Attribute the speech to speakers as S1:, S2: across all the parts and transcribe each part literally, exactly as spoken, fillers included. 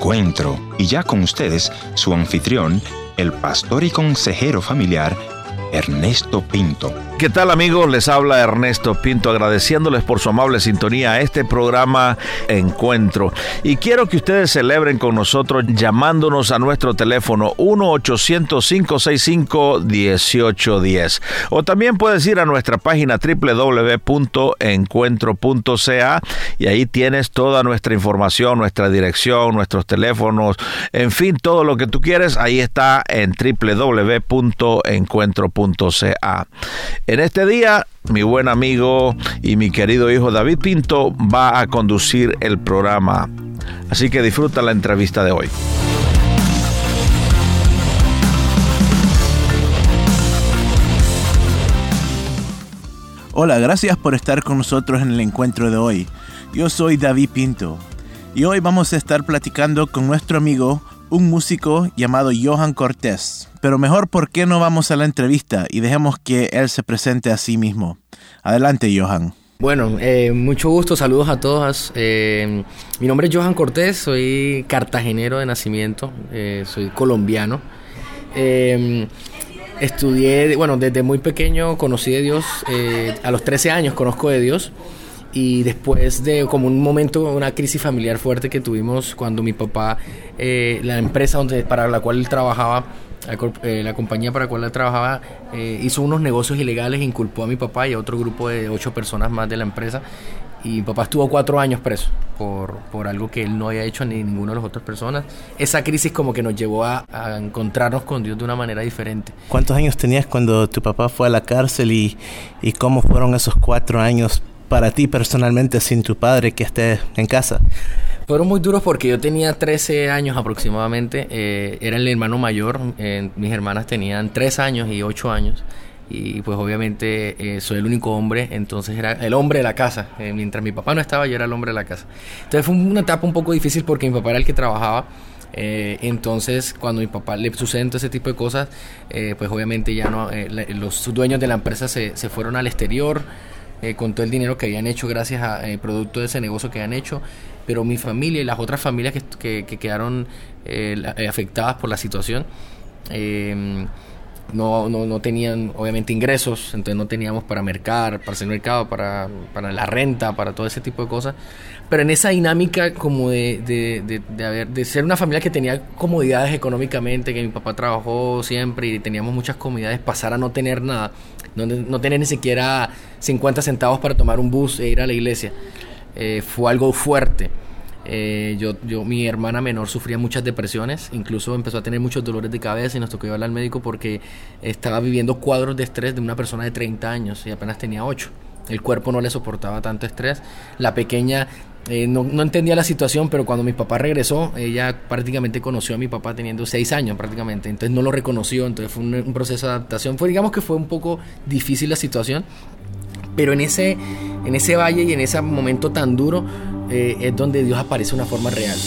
S1: Encuentro. Y ya con ustedes, su anfitrión, el pastor y consejero familiar, Ernesto Pinto.
S2: ¿Qué tal, amigos? Les habla Ernesto Pinto, agradeciéndoles por su amable sintonía a este programa Encuentro. Y quiero que ustedes celebren con nosotros llamándonos a nuestro teléfono uno ochocientos, cinco seis cinco, uno ocho uno cero. O también puedes ir a nuestra página doble u doble u doble u punto encuentro punto c a y ahí tienes toda nuestra información, nuestra dirección, nuestros teléfonos, en fin, todo lo que tú quieres, ahí está en doble u doble u doble u punto encuentro punto c a. En este día, mi buen amigo y mi querido hijo David Pinto va a conducir el programa. Así que disfruta la entrevista de hoy.
S3: Hola, gracias por estar con nosotros en el encuentro de hoy. Yo soy David Pinto y hoy vamos a estar platicando con nuestro amigo, un músico llamado Johan Cortés. Pero mejor, ¿por qué no vamos a la entrevista y dejemos que él se presente a sí mismo? Adelante, Johan.
S4: Bueno, eh, mucho gusto, saludos a todas. Eh, mi nombre es Johan Cortés, soy cartagenero de nacimiento, eh, soy colombiano. Eh, estudié, bueno, desde muy pequeño conocí de Dios, eh, a los trece años conozco de Dios. Y después de como un momento, una crisis familiar fuerte que tuvimos cuando mi papá, eh, la empresa donde, para la cual él trabajaba, la, eh, la compañía para la cual él trabajaba, eh, hizo unos negocios ilegales e inculpó a mi papá y a otro grupo de ocho personas más de la empresa. Y mi papá estuvo cuatro años preso por, por algo que él no había hecho ni ninguna de las otras personas. Esa crisis como que nos llevó a, a encontrarnos con Dios de una manera diferente.
S3: ¿Cuántos años tenías cuando tu papá fue a la cárcel y, y cómo fueron esos cuatro años para ti personalmente sin tu padre que esté en casa?
S4: Fueron muy duros porque yo tenía trece años aproximadamente, eh, era el hermano mayor, eh, mis hermanas tenían tres años y ocho años y pues obviamente eh, soy el único hombre, entonces era el hombre de la casa, eh, mientras mi papá no estaba yo era el hombre de la casa. Entonces fue una etapa un poco difícil porque mi papá era el que trabajaba. Eh, entonces cuando a mi papá le suceden todo ese tipo de cosas, eh, pues obviamente ya no, eh, los dueños de la empresa se, se fueron al exterior, Eh, con todo el dinero que habían hecho gracias a eh, producto de ese negocio que habían hecho, pero mi familia y las otras familias que, que, que quedaron eh, afectadas por la situación eh, no, no, no tenían obviamente ingresos, entonces no teníamos para mercar, para hacer mercado, para, para la renta, para todo ese tipo de cosas. Pero en esa dinámica como de, de, de, de, haber, de ser una familia que tenía comodidades económicamente, que mi papá trabajó siempre y teníamos muchas comodidades, pasar a no tener nada, no, no tener ni siquiera cincuenta centavos para tomar un bus e ir a la iglesia, eh, fue algo fuerte. Eh, yo, yo, mi hermana menor sufría muchas depresiones, incluso empezó a tener muchos dolores de cabeza y nos tocó llevarla al médico porque estaba viviendo cuadros de estrés de una persona de treinta años y apenas tenía ocho. El cuerpo no le soportaba tanto estrés. La pequeña eh, no, no entendía la situación, pero cuando mi papá regresó, ella prácticamente conoció a mi papá teniendo seis años prácticamente, entonces no lo reconoció, entonces fue un, un proceso de adaptación. Fue, digamos que fue un poco difícil la situación, pero en ese, en ese valle y en ese momento tan duro eh, es donde Dios aparece de una forma real.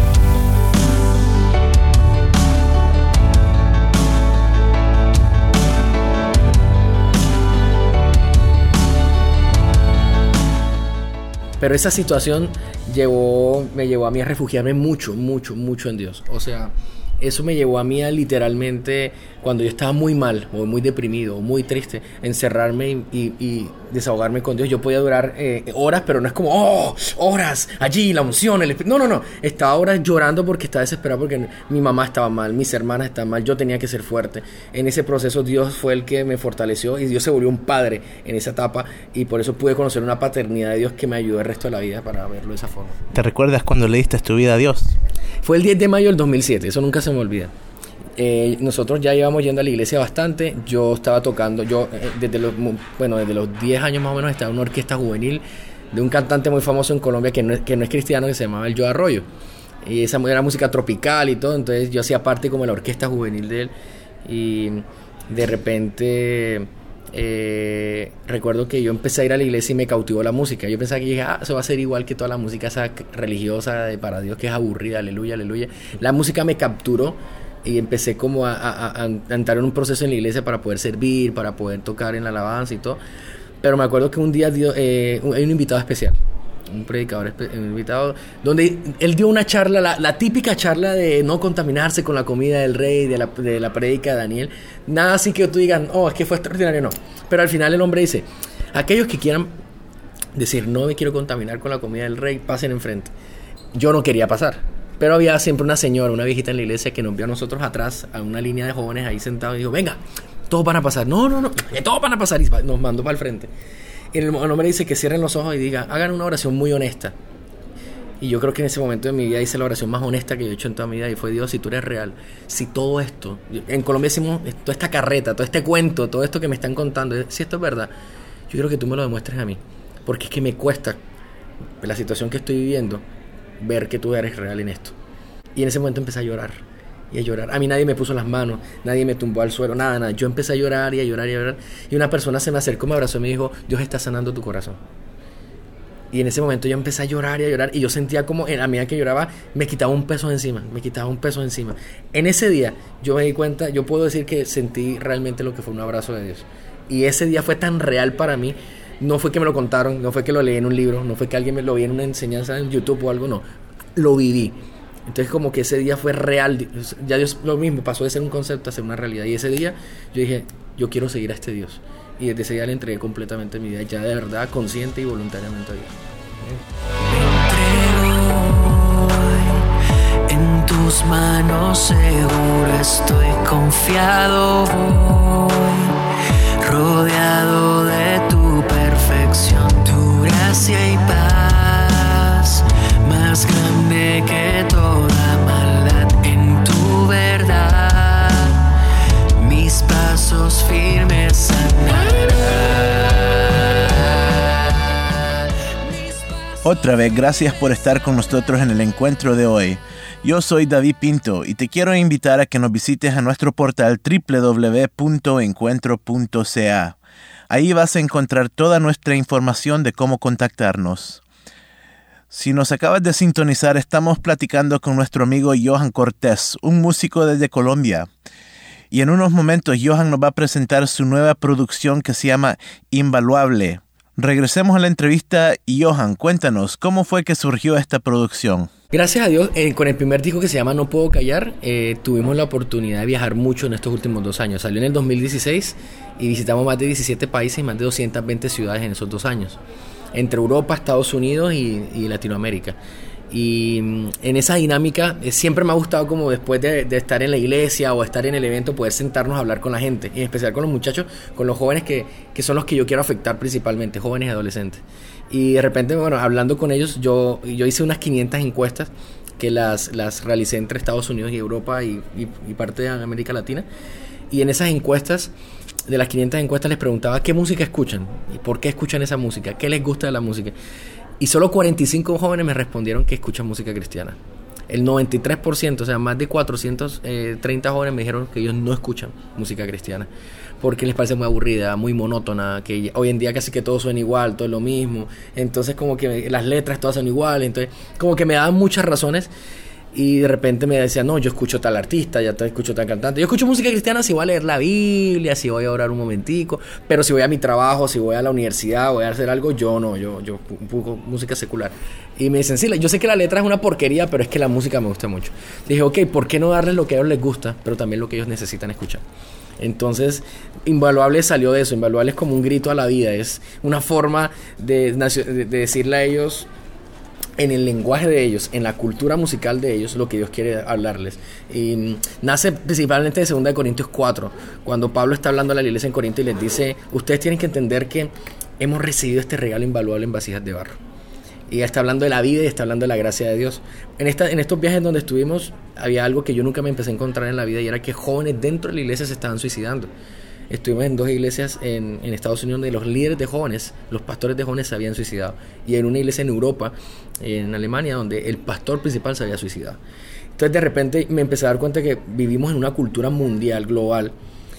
S4: Pero esa situación llevó, me llevó a mí a refugiarme mucho, mucho, mucho en Dios. O sea, eso me llevó a mí a literalmente, cuando yo estaba muy mal, o muy deprimido, o muy triste, encerrarme y, y, y desahogarme con Dios. Yo podía durar eh, horas, pero no es como, oh, horas, allí, la unción, el espíritu. No, no, no. Estaba horas llorando porque estaba desesperado, porque mi mamá estaba mal, mis hermanas estaban mal, yo tenía que ser fuerte. En ese proceso Dios fue el que me fortaleció y Dios se volvió un padre en esa etapa y por eso pude conocer una paternidad de Dios que me ayudó el resto de la vida para verlo de esa forma.
S3: ¿Te recuerdas cuando le diste tu vida a Dios?
S4: Fue el diez de mayo del dos mil siete, eso nunca se me olvida. Eh, nosotros ya íbamos yendo a la iglesia bastante. Yo estaba tocando, yo eh, desde los bueno desde los diez años más o menos estaba en una orquesta juvenil de un cantante muy famoso en Colombia que no es, que no es cristiano, que se llamaba el Joe Arroyo, y esa era música tropical y todo. Entonces yo hacía parte como de la orquesta juvenil de él y de repente eh, recuerdo que yo empecé a ir a la iglesia y me cautivó la música. Yo pensaba que dije, ah, eso va a ser igual que toda la música esa religiosa de para Dios que es aburrida, aleluya, aleluya. La música me capturó y empecé como a, a, a, a entrar en un proceso en la iglesia para poder servir, para poder tocar en la alabanza y todo. Pero me acuerdo que un día Dios, eh, hay un invitado especial un predicador invitado, donde él dio una charla, la, la típica charla de no contaminarse con la comida del rey, de la, de la prédica de Daniel. Nada así que tú digas, oh, es que fue extraordinario, no. Pero al final el hombre dice, aquellos que quieran decir, no me quiero contaminar con la comida del rey, pasen enfrente. Yo no quería pasar, pero había siempre una señora, una viejita en la iglesia que nos vio a nosotros atrás, a una línea de jóvenes ahí sentados, y dijo, venga, todos van a pasar. No, no, no, que todos van a pasar. Y nos mandó para el frente. Y el hombre dice que cierren los ojos y diga, hagan una oración muy honesta. Y yo creo que en ese momento de mi vida hice la oración más honesta que yo he hecho en toda mi vida, y fue: Dios, si tú eres real, si todo esto, en Colombia decimos, toda esta carreta, todo este cuento, todo esto que me están contando, si esto es verdad, yo quiero que tú me lo demuestres a mí, porque es que me cuesta, la situación que estoy viviendo, ver que tú eres real en esto. Y en ese momento empecé a llorar y a llorar. A mí nadie me puso las manos, nadie me tumbó al suelo, nada, nada. Yo empecé a llorar y a llorar y a llorar. Y una persona se me acercó, me abrazó y me dijo: Dios está sanando tu corazón. Y en ese momento yo empecé a llorar y a llorar, y yo sentía como a medida que lloraba me quitaba un peso encima, me quitaba un peso encima. En ese día yo me di cuenta, yo puedo decir que sentí realmente lo que fue un abrazo de Dios. Y ese día fue tan real para mí. No fue que me lo contaron, no fue que lo leí en un libro, no fue que alguien me lo vi en una enseñanza en YouTube o algo, no. Lo viví. Entonces como que ese día fue real. Ya Dios lo mismo, pasó de ser un concepto a ser una realidad. Y ese día yo dije: yo quiero seguir a este Dios. Y desde ese día le entregué completamente mi vida, ya de verdad, consciente y voluntariamente a Dios.
S5: Me entrego en tus manos, seguro estoy confiado, voy rodeado de tu perfección, tu gracia y paz, más grande que toda maldad. En tu verdad mis pasos firmes sanarán.
S3: Otra vez, gracias por estar con nosotros en el encuentro de hoy. Yo soy David Pinto y te quiero invitar a que nos visites a nuestro portal doble u doble u doble u punto encuentro punto c a. Ahí vas a encontrar toda nuestra información de cómo contactarnos. Si nos acabas de sintonizar, estamos platicando con nuestro amigo Johan Cortés, un músico desde Colombia. Y en unos momentos Johan nos va a presentar su nueva producción que se llama Invaluable. Regresemos a la entrevista y Johan, cuéntanos, ¿cómo fue que surgió esta producción?
S4: Gracias a Dios, eh, con el primer disco que se llama No Puedo Callar, eh, tuvimos la oportunidad de viajar mucho en estos últimos dos años. Salió en el dos mil dieciséis y visitamos más de diecisiete países y más de doscientas veinte ciudades en esos dos años, entre Europa, Estados Unidos y, y Latinoamérica. Y en esa dinámica eh, siempre me ha gustado, como después de, de estar en la iglesia o estar en el evento, poder sentarnos a hablar con la gente, en especial con los muchachos, con los jóvenes que, que son los que yo quiero afectar principalmente, jóvenes y adolescentes. Y de repente, bueno, hablando con ellos, yo, yo hice unas quinientas encuestas que las, las realicé entre Estados Unidos y Europa y, y, y parte de América Latina. Y en esas encuestas, de las quinientas encuestas, les preguntaba qué música escuchan y por qué escuchan esa música, qué les gusta de la música. Y solo cuarenta y cinco jóvenes me respondieron que escuchan música cristiana. El noventa y tres por ciento, o sea, más de cuatrocientos treinta jóvenes me dijeron que ellos no escuchan música cristiana porque les parece muy aburrida, muy monótona, que hoy en día casi que todo suena igual, todo es lo mismo. Entonces como que las letras todas son iguales. Entonces como que me daban muchas razones. Y de repente me decían: no, yo escucho tal artista, ya te escucho tal cantante. Yo escucho música cristiana si voy a leer la Biblia, si voy a orar un momentico. Pero si voy a mi trabajo, si voy a la universidad, voy a hacer algo, yo no, yo, yo pongo música secular. Y me dicen: sí, yo sé que la letra es una porquería, pero es que la música me gusta mucho. Dije: ok, ¿por qué no darles lo que a ellos les gusta, pero también lo que ellos necesitan escuchar? Entonces, Invaluable salió de eso. Invaluable es como un grito a la vida, es una forma de, de, de decirle a ellos, en el lenguaje de ellos, en la cultura musical de ellos, lo que Dios quiere hablarles. Y nace principalmente de segunda de Corintios cuatro, cuando Pablo está hablando a la iglesia en Corinto y les dice: ustedes tienen que entender que hemos recibido este regalo invaluable en vasijas de barro. Y está hablando de la vida y está hablando de la gracia de Dios. En, esta, en estos viajes donde estuvimos, había algo que yo nunca me empecé a encontrar en la vida, y era que jóvenes dentro de la iglesia se estaban suicidando. Estuvimos en dos iglesias en, en Estados Unidos donde los líderes de jóvenes, los pastores de jóvenes se habían suicidado. Y en una iglesia en Europa, en Alemania, donde el pastor principal se había suicidado. Entonces de repente me empecé a dar cuenta que vivimos en una cultura mundial, global,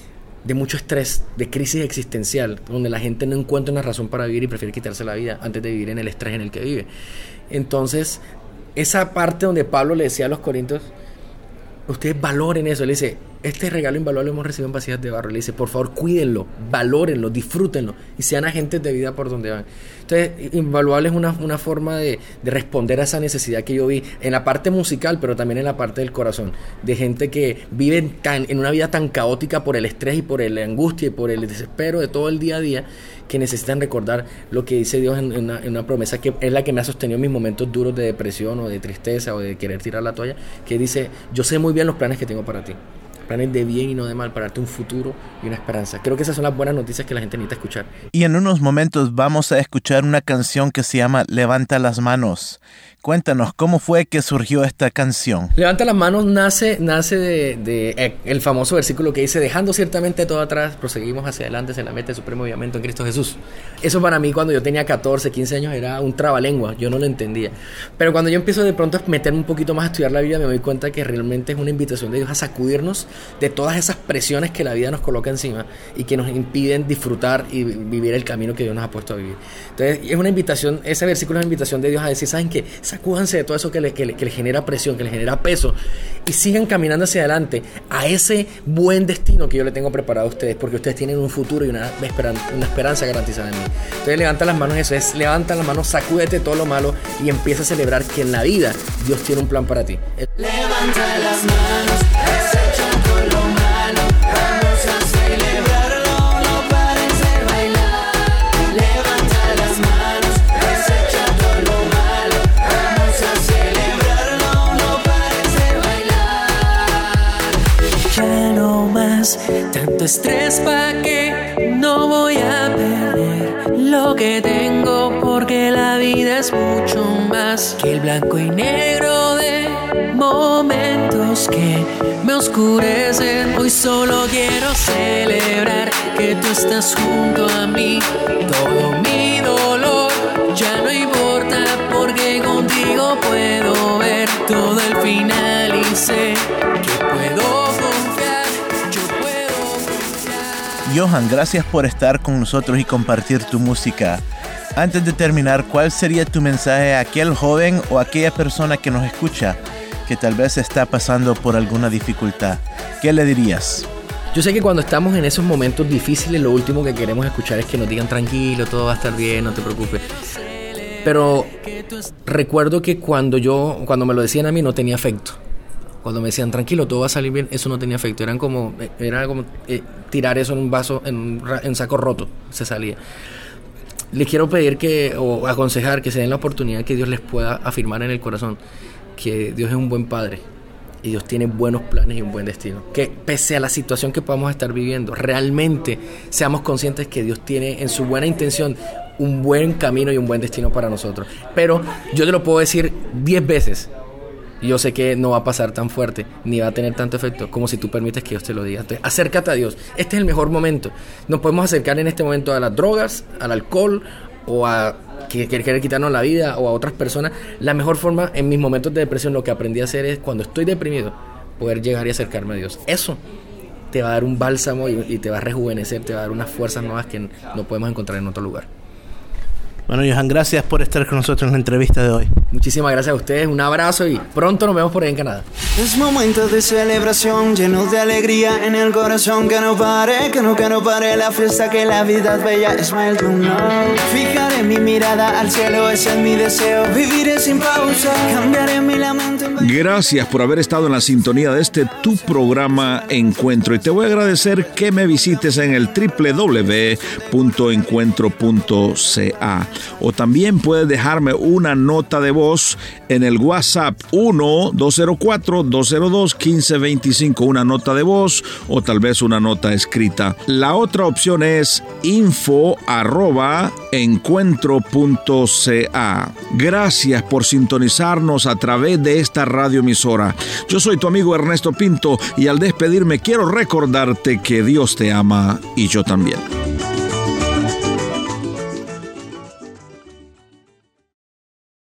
S4: de mucho estrés, de crisis existencial, donde la gente no encuentra una razón para vivir y prefiere quitarse la vida antes de vivir en el estrés en el que vive. Entonces, esa parte donde Pablo le decía a los corintios: ustedes valoren eso. Él dice: este regalo invaluable lo hemos recibido en vasijas de barro. Le dice, por favor, cuídenlo, valórenlo, disfrútenlo y sean agentes de vida por donde van. Entonces, invaluable es una, una forma de, de responder a esa necesidad que yo vi en la parte musical, pero también en la parte del corazón, de gente que vive tan, en una vida tan caótica por el estrés y por la angustia y por el desespero de todo el día a día, que necesitan recordar lo que dice Dios en, en, una, en una promesa que es la que me ha sostenido en mis momentos duros de depresión o de tristeza o de querer tirar la toalla, que dice, yo sé muy bien los planes que tengo para ti, planes de bien y no de mal, para darte un futuro y una esperanza. Creo que esas son las buenas noticias que la gente necesita escuchar.
S3: Y en unos momentos vamos a escuchar una canción que se llama Levanta las manos. Cuéntanos, ¿cómo fue que surgió esta canción?
S4: Levanta las manos nace, nace de, de eh, el famoso versículo que dice, dejando ciertamente todo atrás, proseguimos hacia adelante en la meta de supremo avivamiento en Cristo Jesús. Eso para mí cuando yo tenía catorce, quince años era un trabalengua, yo no lo entendía. Pero cuando yo empiezo de pronto a meterme un poquito más a estudiar la Biblia, me doy cuenta que realmente es una invitación de Dios a sacudirnos de todas esas presiones que la vida nos coloca encima y que nos impiden disfrutar y vivir el camino que Dios nos ha puesto a vivir. Entonces es una invitación, ese versículo es una invitación de Dios a decir, ¿saben qué? Sacúdanse de todo eso que le, que, le, que le genera presión, que le genera peso y sigan caminando hacia adelante a ese buen destino que yo le tengo preparado a ustedes, porque ustedes tienen un futuro y una esperanza, una esperanza garantizada en mí. Entonces levanta las manos, eso es, levanta las manos, sacúdete todo lo malo y empieza a celebrar que en la vida Dios tiene un plan para ti.
S5: Levanta las manos, desecha todo lo malo, vamos a celebrarlo, no pares de bailar. Levanta las manos, desecha todo lo malo, vamos a celebrarlo, no pares de bailar. Ya no más, tanto estrés pa' que no voy a perder lo que tengo, porque la vida es mucho más que el blanco y negro de momentos que me oscurecen. Hoy solo quiero celebrar que tú estás junto a mí. Todo mi dolor ya no importa, porque contigo puedo ver todo el final y sé que puedo confiar, yo puedo confiar.
S3: Johan, gracias por estar con nosotros y compartir tu música. Antes de terminar, ¿cuál sería tu mensaje a aquel joven o a aquella persona que nos escucha que tal vez está pasando por alguna dificultad? ¿Qué le dirías?
S4: Yo sé que cuando estamos en esos momentos difíciles, lo último que queremos escuchar es que nos digan tranquilo, todo va a estar bien, no te preocupes. Pero recuerdo que cuando yo, cuando me lo decían a mí, no tenía efecto. Cuando me decían tranquilo, todo va a salir bien, eso no tenía efecto. Eran como, era como eh, tirar eso en un vaso, en un, en un saco roto, se salía. Les quiero pedir que, o aconsejar que se den la oportunidad que Dios les pueda afirmar en el corazón que Dios es un buen padre y Dios tiene buenos planes y un buen destino. Que pese a la situación que podamos estar viviendo, realmente seamos conscientes que Dios tiene en su buena intención un buen camino y un buen destino para nosotros. Pero yo te lo puedo decir diez veces. Yo sé que no va a pasar tan fuerte, ni va a tener tanto efecto como si tú permites que Dios te lo diga. Entonces, acércate a Dios. Este es el mejor momento. Nos podemos acercar en este momento a las drogas, al alcohol o a que querer quitarnos la vida o a otras personas. La mejor forma en mis momentos de depresión, lo que aprendí a hacer es cuando estoy deprimido, poder llegar y acercarme a Dios. Eso te va a dar un bálsamo y, y te va a rejuvenecer, te va a dar unas fuerzas nuevas que no podemos encontrar en otro lugar.
S3: Bueno, Johan, gracias por estar con nosotros en la entrevista de hoy.
S4: Muchísimas gracias a ustedes, un abrazo y pronto nos vemos por ahí en Canadá.
S6: Es momento de celebración, lleno de alegría en el corazón. Que no pare, que no, que no pare la fiesta, que la vida es bella, Smile tonight. Fijaré mi mirada al cielo, ese es mi deseo. Viviré sin pausa, cambiaré mi lamento.
S2: Gracias por haber estado en la sintonía de este tu programa Encuentro. Y te voy a agradecer que me visites en el doble u doble u doble u punto encuentro punto c a. O también puedes dejarme una nota de voz en el WhatsApp uno dos cero cuatro dos cero dos uno cinco dos cinco, una nota de voz o tal vez una nota escrita. La otra opción es info arroba encuentro punto c a. Gracias por sintonizarnos a través de esta radioemisora. Yo soy tu amigo Ernesto Pinto y al despedirme quiero recordarte que Dios te ama y yo también.